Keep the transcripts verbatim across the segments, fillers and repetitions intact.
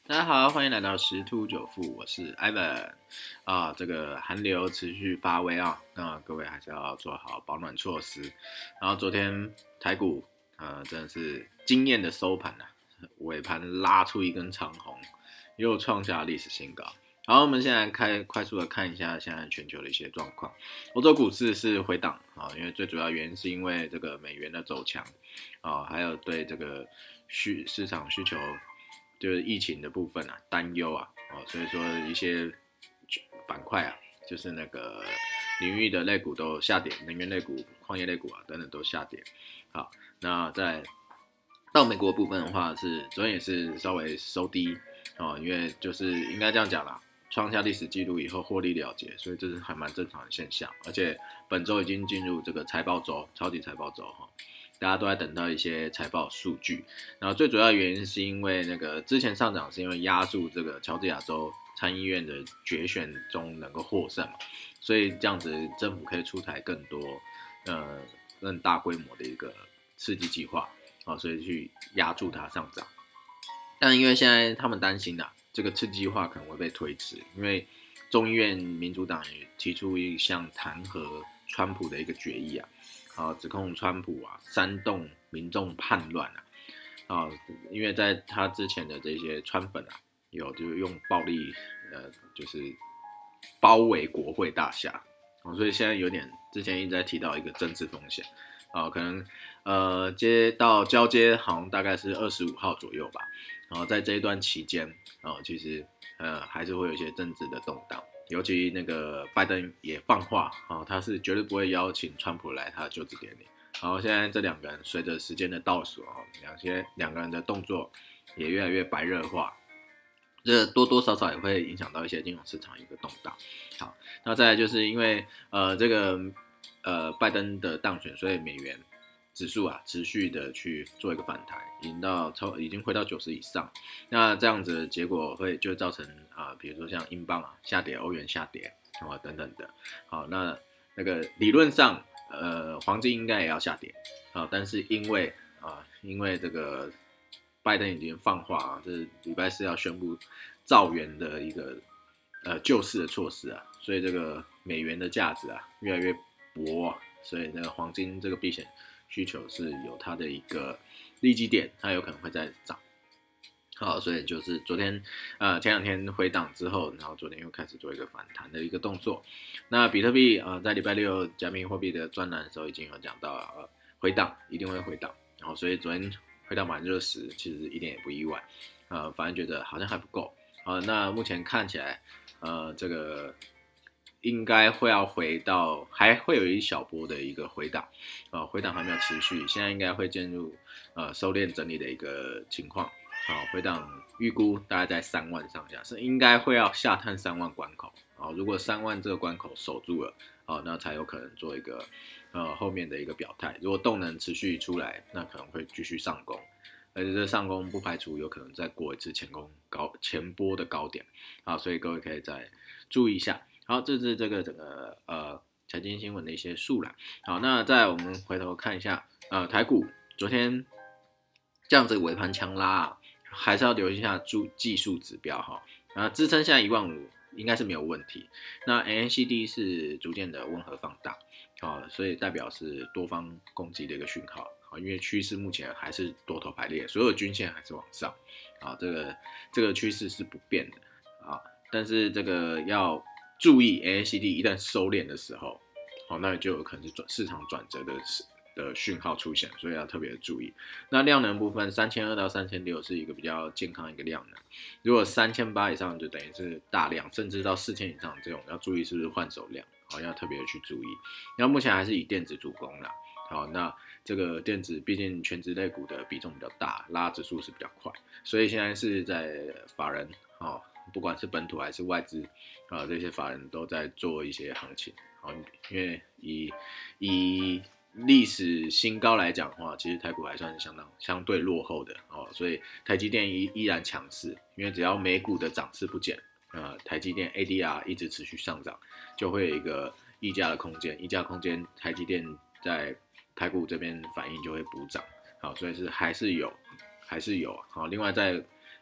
大家好，欢迎来到十突九富，我是 Ivan 啊。这个寒流持续发威啊，那各位还是要做好保暖措施。然后昨天台股呃真的是惊艳的收盘啊，尾盘拉出一根长红，又创下历史新高。好，我们现在开快速的看一下现在全球的一些状况。欧洲股市是回档啊，因为最主要原因是因为这个美元的走强啊，还有对这个需市场需求。就是疫情的部分啊，担忧啊，哦，所以说一些板块啊，就是那个领域的类股都下跌，能源类股、矿业类股啊等等都下跌。好，那在到美国部分的话是，昨天也是稍微收低哦，因为就是应该这样讲啦，创下历史记录以后获利了结，所以这是还蛮正常的现象。而且本周已经进入这个财报周，超级财报周哈。大家都在等到一些财报数据，然后最主要的原因是因为那个之前上涨是因为压住这个乔治亚州参议院的决选中能够获胜嘛，所以这样子政府可以出台更多呃更大规模的一个刺激计划啊，所以去压住它上涨。但因为现在他们担心啊，这个刺激计划可能会被推迟，因为众议院民主党也提出一项弹劾川普的一个决议啊。啊，指控川普啊煽动民众叛乱啊，啊，因为在他之前的这些川粉啊，有就是用暴力呃，就是包围国会大厦，啊，所以现在有点之前一直在提到一个政治风险，啊，可能呃接到交接好像大概是二十五号左右吧，然后在这一段期间，啊，其实呃还是会有一些政治的动荡。尤其那个拜登也放话啊，他是绝对不会邀请川普来他的就职典礼。然后现在这两个人随着时间的倒数啊，两些两个人的动作也越来越白热化，这多多少少也会影响到一些金融市场一个动荡。好，那再来就是因为呃这个呃拜登的当选，所以美元指数啊持续的去做一个反弹，已经到超已经回到九十以上。那这样子的结果会就造成啊、呃，比如说像英镑啊下跌，欧元下跌啊、哦、等等的。好，那那个理论上呃黄金应该也要下跌啊、哦，但是因为啊、呃、因为这个拜登已经放话啊，这礼拜四要宣布造元的一个呃救市的措施啊，所以这个美元的价值啊越来越薄啊，所以那个黄金这个避险需求是有它的一个利基点，它有可能会再涨。好，所以就是昨天，呃，前两天回档之后，然后昨天又开始做一个反弹的一个动作。那比特币呃，在礼拜六加密货币的专栏的时候已经有讲到，呃，回档一定会回档，然后所以昨天回到百分之二十，其实一点也不意外，呃，反正觉得好像还不够。好，那目前看起来，呃，这个应该会要回到，还会有一小波的一个回档，呃，回档还没有持续，现在应该会进入呃收敛整理的一个情况。好，回档预估大概在三万上下，是应该会要下探三万关口。好，如果三万这个关口守住了，好，那才有可能做一个呃后面的一个表态。如果动能持续出来，那可能会继续上攻，而且这上攻不排除有可能再过一次前攻高前波的高点。好，所以各位可以再注意一下。好，这是这个整个呃财经新闻的一些数啦。好，那再我们回头看一下，呃，台股昨天这样子尾盘强拉啊，还是要留意一下注技术指标哈。啊，支撑现在一万五应该是没有问题。那 M A C D 是逐渐的温和放大，啊，所以代表是多方攻击的一个讯号。啊，因为趋势目前还是多头排列，所有均线还是往上，啊，这个这个趋势是不变的啊。但是这个要注意 M A C D 一旦收敛的时候，好，那就有可能是转市场转折的的讯号出现，所以要特别的注意。那量能部分，三千二到三千六是一个比较健康的一个量能。如果三千八以上，就等于是大量，甚至到四千以上这种，要注意是不是换手量，好，要特别的去注意。那目前还是以电子主攻啦，好，那这个电子毕竟全职类股的比重比较大，拉指数是比较快，所以现在是在法人，哦，不管是本土还是外资，啊、呃，这些法人都在做一些行情，好，因为以以历史新高来讲的话，其实台股还算是相当相对落后的哦，所以台积电依依然强势，因为只要美股的涨势不减，呃，台积电 A D R 一直持续上涨，就会有一个溢价的空间，溢价空间台积电在台股这边反应就会补涨，好，所以是还是有还是有好，另外在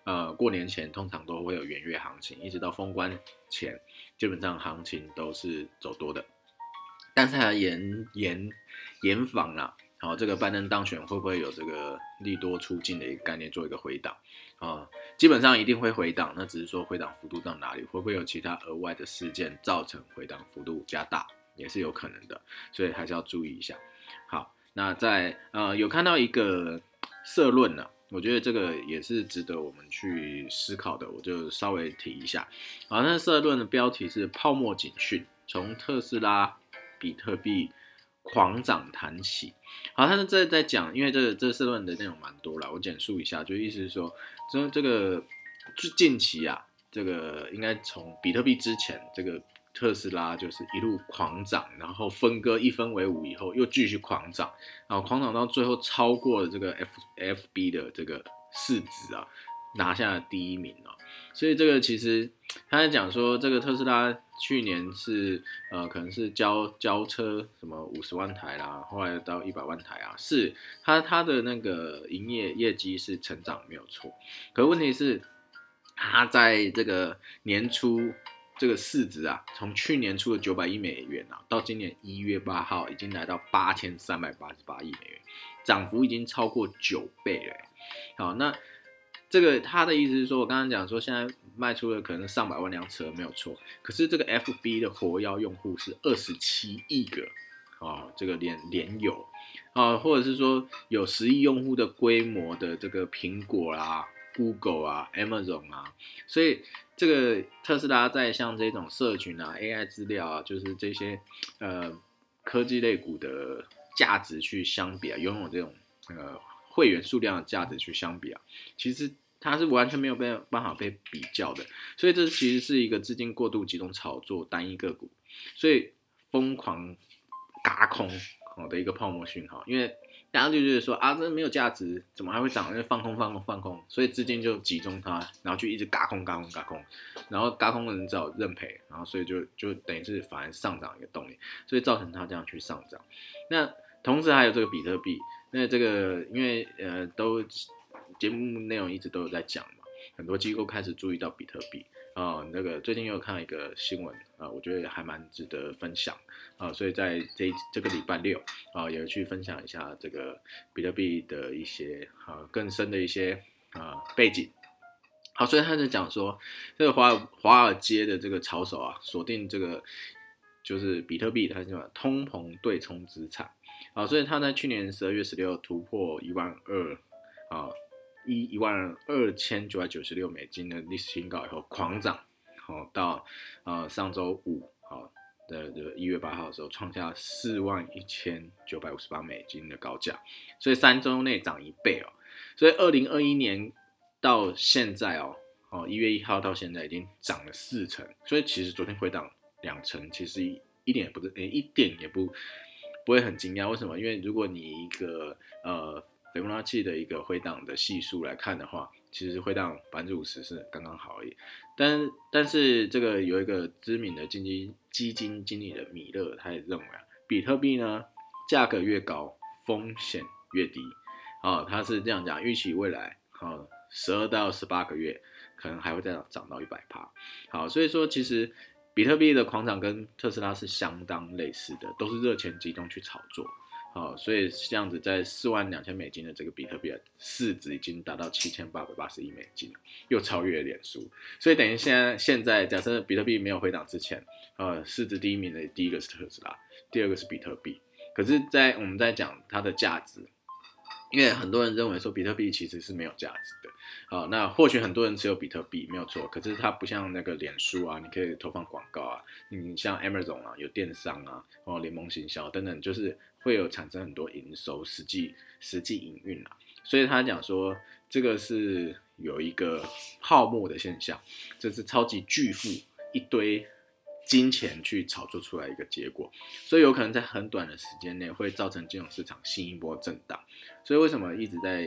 呃过年前通常都会有元月行情，一直到封关前，基本上行情都是走多的。但是还严严严防啦，好、哦，这个拜登当选会不会有这个利多出尽的一个概念做一个回档啊、哦？基本上一定会回档，那只是说回档幅度到哪里，会不会有其他额外的事件造成回档幅度加大，也是有可能的，所以还是要注意一下。好，那在呃有看到一个社论呢，我觉得这个也是值得我们去思考的，我就稍微提一下。好，那社论的标题是泡沫警讯，从特斯拉、比特币狂涨谈起。好，他是这在讲，因为这个这个社论的内容蛮多了，我简述一下，就意思是说，这这个近期啊，这个应该从比特币之前，这个特斯拉就是一路狂涨，然后分割一分为五以后，又继续狂涨，然后狂涨到最后超过了这个 F F B 的这个市值啊，拿下了第一名哦。所以这个其实他在讲说，这个特斯拉去年是呃可能是交交车什么五十万台啦，后来到一百万台啊，是它它的那个营业业绩是成长没有错，可问题是它在这个年初这个市值啊，从去年初的九百亿美元啊，到今年一月八号已经来到八千三百八十八亿美元，涨幅已经超过九倍了。好，那这个他的意思是说，我刚刚讲说，现在卖出了可能上百万辆车没有错，可是这个 F B 的活跃用户是二十七亿个啊、哦，这个连连有啊、哦，或者是说有十亿用户的规模的这个苹果啦、Google 啊、Amazon 啊，所以这个特斯拉在像这种社群啊、A I 资料啊，就是这些呃科技类股的价值去相比啊，拥有这种呃会员数量的价值去相比啊，其实它是完全没有被办法被比较的，所以这其实是一个资金过度集中炒作单一个股，所以疯狂嘎空的一个泡沫讯号，因为大家就觉得说啊，这没有价值，怎么还会涨？因为放空、放空、放空，所以资金就集中它，然后就一直嘎空、嘎空、嘎空，然后嘎空的人只好认赔，然后所以就就等于是反而上涨一个动力，所以造成它这样去上涨。那同时还有这个比特币，那这个因为呃都节目内容一直都有在讲嘛，很多机构开始注意到比特币啊、呃，那个最近又看到一个新闻啊、呃，我觉得还蛮值得分享啊、呃，所以在这这个礼拜六啊、呃，也去分享一下这个比特币的一些啊、呃、更深的一些啊、呃、背景。好，所以他就讲说，这个华尔华尔街的这个炒手啊，锁定这个就是比特币，它是什么通膨对冲资产啊，所以他在去年十二月十六突破一万二啊，一一万二千九百九十六美金的历史新高以后狂涨，好、哦、到呃上周五好的的一月八号的时候创下四万一千九百五十八美金的高价，所以三周内涨一倍哦，所以二零二一年。到现在哦，哦一月一号到现在已经涨了四成，所以其实昨天回档两成，其实一点也不是，一点也不不会很惊讶。为什么？因为如果你一个呃斐波那契的一个回档的系数来看的话，其实回档百分之五十是刚刚好而已。但但是这个有一个知名的基金基金经理的米勒，他也认为啊，比特币呢价格越高，风险越低。哦，他是这样讲，预期未来哦。十二到十八个月，可能还会再涨到 百分之百。好，所以说其实比特币的狂涨跟特斯拉是相当类似的，都是热钱集中去炒作。好，所以这样子在四万两千美金的这个比特币的市值已经达到七千八百八十亿美金了，又超越了脸书。所以等于现在现在假设比特币没有回档之前，呃，市值第一名的第一个是特斯拉，第二个是比特币。可是，在我们在讲它的价值。因为很多人认为说比特币其实是没有价值的，好，那或许很多人持有比特币没有错，可是它不像那个脸书啊，你可以投放广告啊，你像 Amazon 啊，有电商啊，哦联盟行销等等，就是会有产生很多营收，实际实际营运啊，所以他讲说这个是有一个泡沫的现象，这是超级巨富一堆。金钱去炒作出来一个结果，所以有可能在很短的时间内会造成金融市场新一波震荡。所以为什么一直在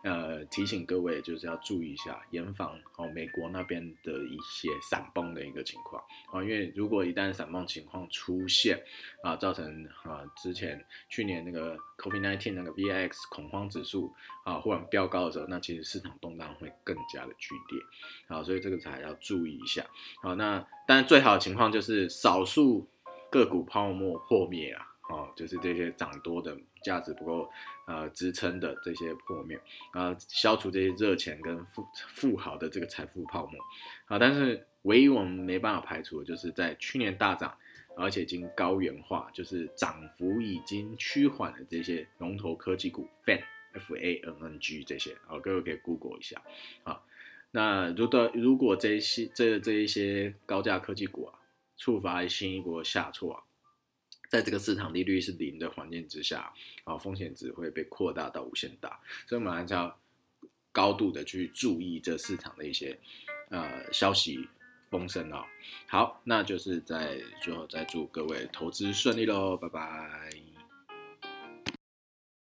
呃提醒各位就是要注意一下，严防哦美国那边的一些闪崩的一个情况啊、哦，因为如果一旦闪崩情况出现啊，造成啊之前去年那个 COVID 十九 那个 V I X 恐慌指数啊忽然飙高的时候，那其实市场动荡会更加的剧烈啊，所以这个才要注意一下。好，那当然最好的情况就是少数个股泡沫破灭啊。哦，就是这些涨多的价值不够呃支撑的这些破灭，啊、呃，消除这些热钱跟富富豪的这个财富泡沫啊、呃。但是唯一我们没办法排除的就是在去年大涨，而且已经高原化，就是涨幅已经趋缓的这些龙头科技股 ，F A N F A N N G 这些啊、哦，各位可以 Google 一下啊。那如果如果这些这这一些高价科技股啊，触发新一波下挫啊。在这个市场利率是零的环境之下，啊，风险值会被扩大到无限大，所以我们还是要高度的去注意这市场的一些呃消息风声哦。好，那就是在最后再祝各位投资顺利喽，拜拜。